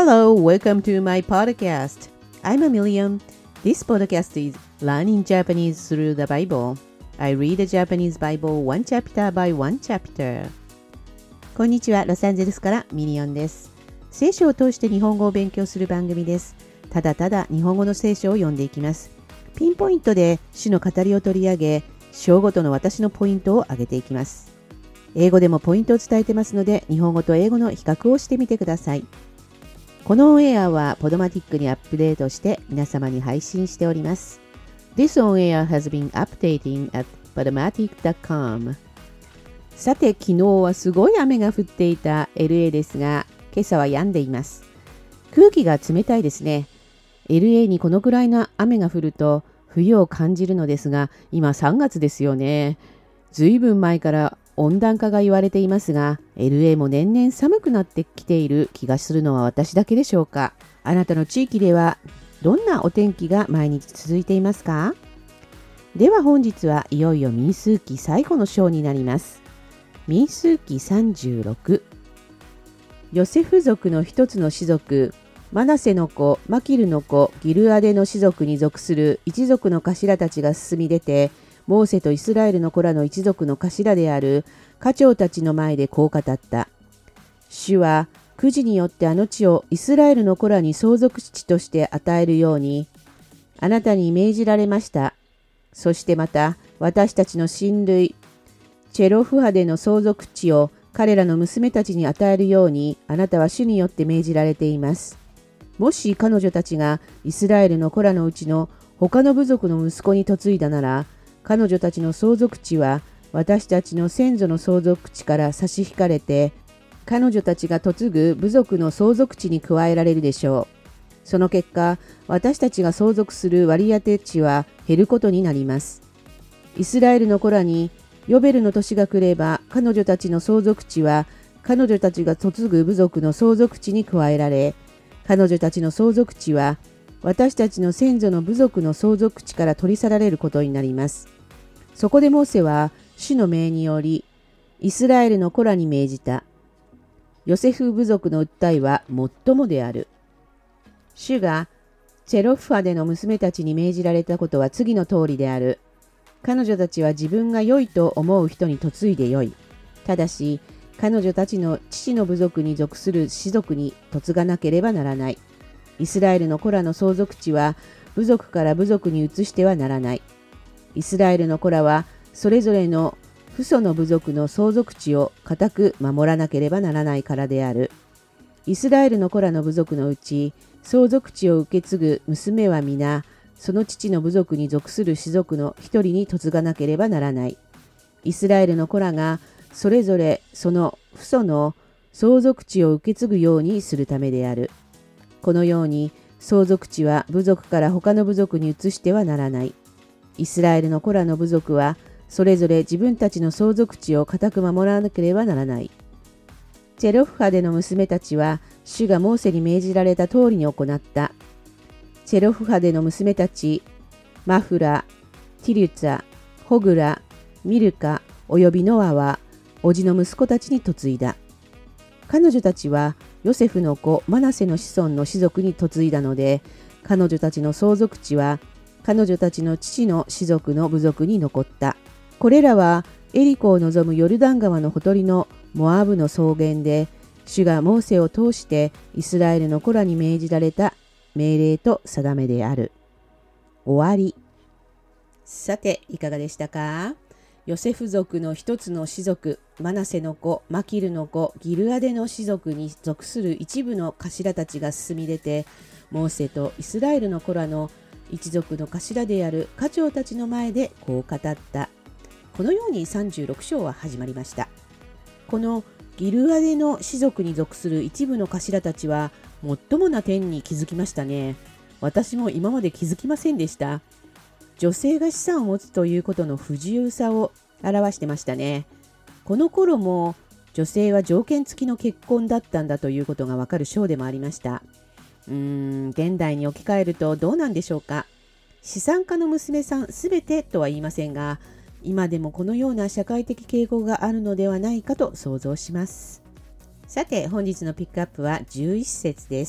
Hello, welcome to my podcast. I'm Amelia. This podcast is Learning Japanese through the Bible. I read the Japanese Bible one chapter by one chapter. こんにちは、ロサンゼルスからミリオンです。聖書を通して日本語を勉強する番組です。ただただ日本語の聖書を読んでいきます。ピンポイントで主の語りを取り上げ、章ごとの私のポイントを挙げていきます。英語でもポイントを伝えてますので、日本語と英語の比較をしてみてください。このオンエアはポドマティックにアップデートして皆様に配信しております。This on air has been updating at podomatic.com。 さて、昨日はすごい雨が降っていた LA ですが、今朝は止んでいます。空気が冷たいですね。LA にこのくらいの雨が降ると冬を感じるのですが、今3月ですよね。ずいぶん前から温暖化が言われていますが、LA も年々寒くなってきている気がするのは私だけでしょうか。あなたの地域ではどんなお天気が毎日続いていますか？では本日はいよいよ民数記最後の章になります。民数記36。ヨセフ族の一つの氏族、マナセの子、マキルの子、ギルアデの氏族に属する一族の頭たちが進み出て、モーセとイスラエルの子らの一族の頭である家長たちの前でこう語った。主はくじによってあの地をイスラエルの子らに相続地として与えるようにあなたに命じられました。そしてまた私たちの親類チェロフハデの相続地を彼らの娘たちに与えるようにあなたは主によって命じられています。もし彼女たちがイスラエルの子らのうちの他の部族の息子に嫁いだなら、彼女たちの相続地は私たちの先祖の相続地から差し引かれて、彼女たちが嫁ぐ部族の相続地に加えられるでしょう。その結果、私たちが相続する割り当て地は減ることになります。イスラエルの子らにヨベルの年が来れば、彼女たちの相続地は彼女たちが嫁ぐ部族の相続地に加えられ、彼女たちの相続地は私たちの先祖の部族の相続地から取り去られることになります。そこでモーセは主の命によりイスラエルの子らに命じた。ヨセフ部族の訴えは最もである。主がチェロファデの娘たちに命じられたことは次の通りである。彼女たちは自分が良いと思う人に嫁いで良い。ただし彼女たちの父の部族に属する氏族に嫁がなければならない。イスラエルの子らの相続地は部族から部族に移してはならない。イスラエルの子らはそれぞれの父祖の部族の相続地を固く守らなければならないからである。イスラエルの子らの部族のうち相続地を受け継ぐ娘は皆その父の部族に属する氏族の一人に嫁がなければならない。イスラエルの子らがそれぞれその父祖の相続地を受け継ぐようにするためである。このように相続地は部族から他の部族に移してはならない。イスラエルの子らの部族はそれぞれ自分たちの相続地を固く守らなければならない。チェロフハデの娘たちは主がモーセに命じられた通りに行った。チェロフハデの娘たち、マフラ、ティリュツァ、ホグラ、ミルカおよびノアは叔父の息子たちに嫁いだ。彼女たちはヨセフの子マナセの子孫の氏族に嫁いだので、彼女たちの相続地は彼女たちの父の氏族の部族に残った。これらはエリコを望むヨルダン川のほとりのモアブの草原で、主がモーセを通してイスラエルの子らに命じられた命令と定めである。終わり。さて、いかがでしたか？ヨセフ族の一つの氏族、マナセの子、マキルの子、ギルアデの氏族に属する一部の頭たちが進み出て、モーセとイスラエルの子らの一族の頭である家長たちの前でこう語った。このように36章は始まりました。このギルアデの氏族に属する一部の頭たちは最もな点に気づきましたね。私も今まで気づきませんでした。女性が資産を持つということの不自由さを表してましたね。この頃も女性は条件付きの結婚だったんだということがわかる章でもありました。現代に置き換えるとどうなんでしょうか。資産家の娘さんすべてとは言いませんが、今でもこのような社会的傾向があるのではないかと想像します。さて、本日のピックアップは11節です。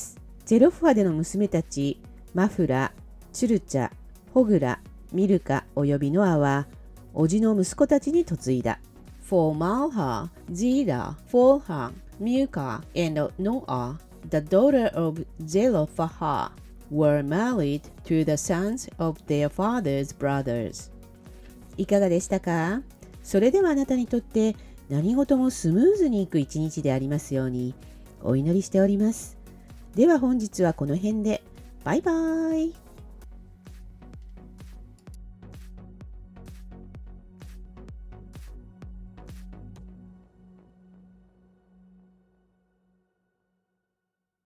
ゼロファでの娘たち、マフラ、チュルチャ、ホグラ、ミルカおよびノアは、叔父の息子たちに嫁いだ。For Malha, Zillah, Folha, Milcah, and Noah, the daughter of Zelophehad, were married to the sons of their father's brothers. いかがでしたか？それではあなたにとって何事もスムーズにいく一日でありますようにお祈りしております。では本日はこの辺で。バイバイ。